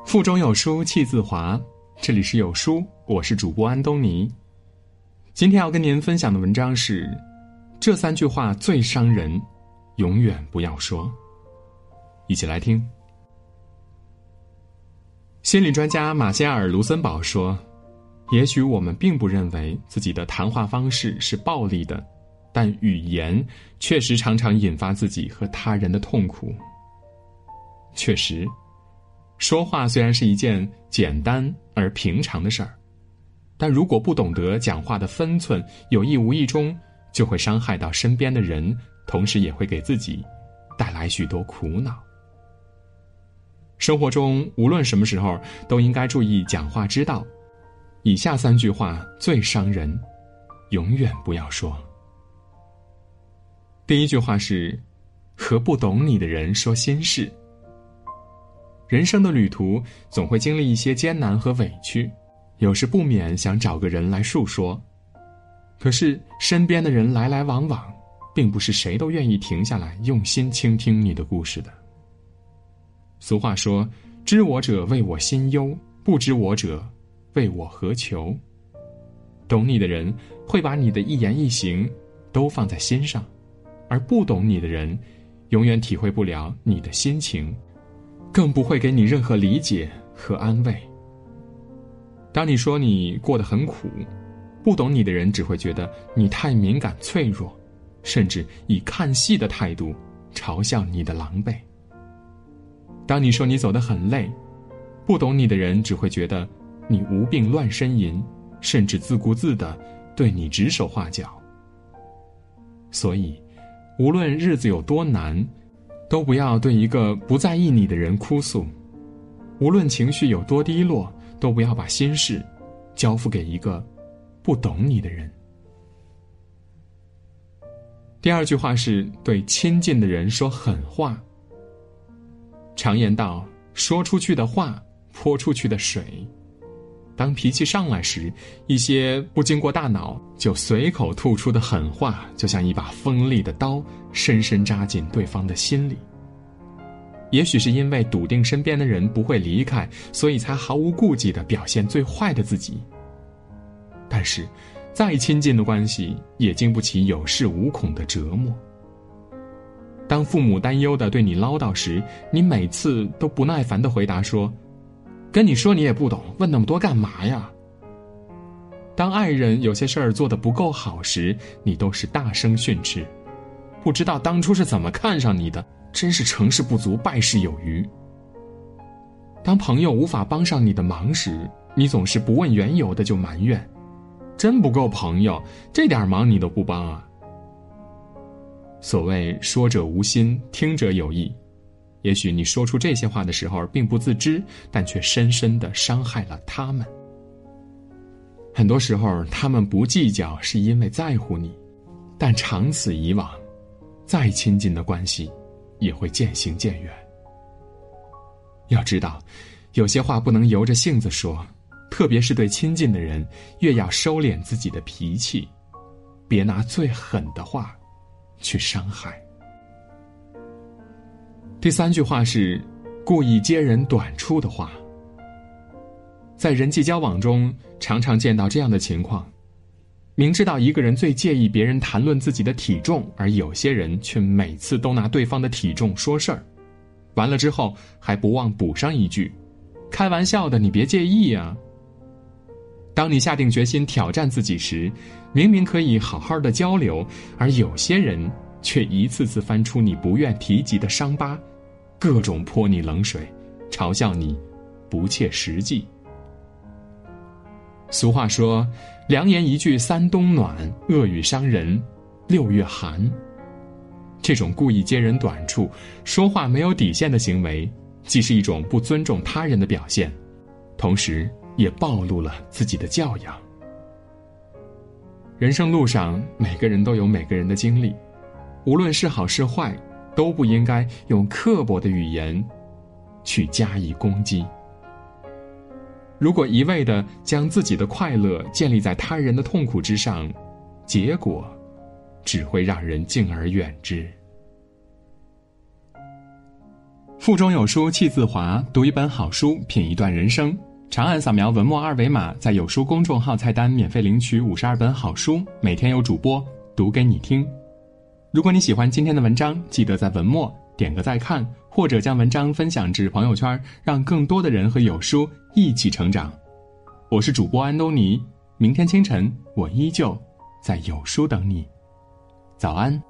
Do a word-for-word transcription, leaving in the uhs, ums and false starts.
腹中有书气自华，这里是有书，我是主播安东尼。今天要跟您分享的文章是：这三句话最伤人，永远不要说。一起来听。心理专家马歇尔·卢森堡说，也许我们并不认为自己的谈话方式是暴力的，但语言确实常常引发自己和他人的痛苦。确实，说话虽然是一件简单而平常的事儿，但如果不懂得讲话的分寸，有意无意中就会伤害到身边的人，同时也会给自己带来许多苦恼。生活中无论什么时候都应该注意讲话之道，以下三句话最伤人，永远不要说。第一句话是，和不懂你的人说心事。人生的旅途总会经历一些艰难和委屈，有时不免想找个人来述说。可是身边的人来来往往，并不是谁都愿意停下来用心倾听你的故事的。俗话说，知我者谓我心忧，不知我者谓我何求。懂你的人会把你的一言一行都放在心上，而不懂你的人永远体会不了你的心情，更不会给你任何理解和安慰。当你说你过得很苦，不懂你的人只会觉得你太敏感脆弱，甚至以看戏的态度嘲笑你的狼狈。当你说你走得很累，不懂你的人只会觉得你无病乱呻吟，甚至自顾自地对你指手画脚。所以无论日子有多难，都不要对一个不在意你的人哭诉；无论情绪有多低落，都不要把心事交付给一个不懂你的人。第二句话是对亲近的人说狠话。常言道，说出去的话，泼出去的水。当脾气上来时，一些不经过大脑就随口吐出的狠话，就像一把锋利的刀，深深扎进对方的心里。也许是因为笃定身边的人不会离开，所以才毫无顾忌地表现最坏的自己。但是再亲近的关系也经不起有恃无恐的折磨。当父母担忧地对你唠叨时，你每次都不耐烦地回答说，跟你说你也不懂，问那么多干嘛呀？当爱人有些事儿做得不够好时，你都是大声训斥，不知道当初是怎么看上你的，真是成事不足败事有余。当朋友无法帮上你的忙时，你总是不问缘由的就埋怨，真不够朋友，这点忙你都不帮啊。所谓说者无心，听者有意。也许你说出这些话的时候并不自知，但却深深地伤害了他们。很多时候他们不计较是因为在乎你，但长此以往，再亲近的关系也会渐行渐远。要知道，有些话不能由着性子说，特别是对亲近的人，越要收敛自己的脾气，别拿最狠的话去伤害。第三句话是故意揭人短处的话。在人际交往中，常常见到这样的情况，明知道一个人最介意别人谈论自己的体重，而有些人却每次都拿对方的体重说事儿，完了之后还不忘补上一句，开玩笑的，你别介意啊。当你下定决心挑战自己时，明明可以好好的交流，而有些人却一次次翻出你不愿提及的伤疤，各种泼你冷水，嘲笑你不切实际。俗话说，良言一句三冬暖，恶语伤人六月寒。这种故意揭人短处，说话没有底线的行为，既是一种不尊重他人的表现，同时也暴露了自己的教养。人生路上，每个人都有每个人的经历，无论是好是坏，都不应该用刻薄的语言去加以攻击。如果一味地将自己的快乐建立在他人的痛苦之上，结果只会让人敬而远之。 腹中有书气自华，读一本好书，品一段人生。长按扫描文末二维码，在有书公众号菜单免费领取五十二本好书，每天有主播读给你听。如果你喜欢今天的文章，记得在文末点个再看，或者将文章分享至朋友圈，让更多的人和有书一起成长。我是主播安东尼，明天清晨我依旧在有书等你。早安。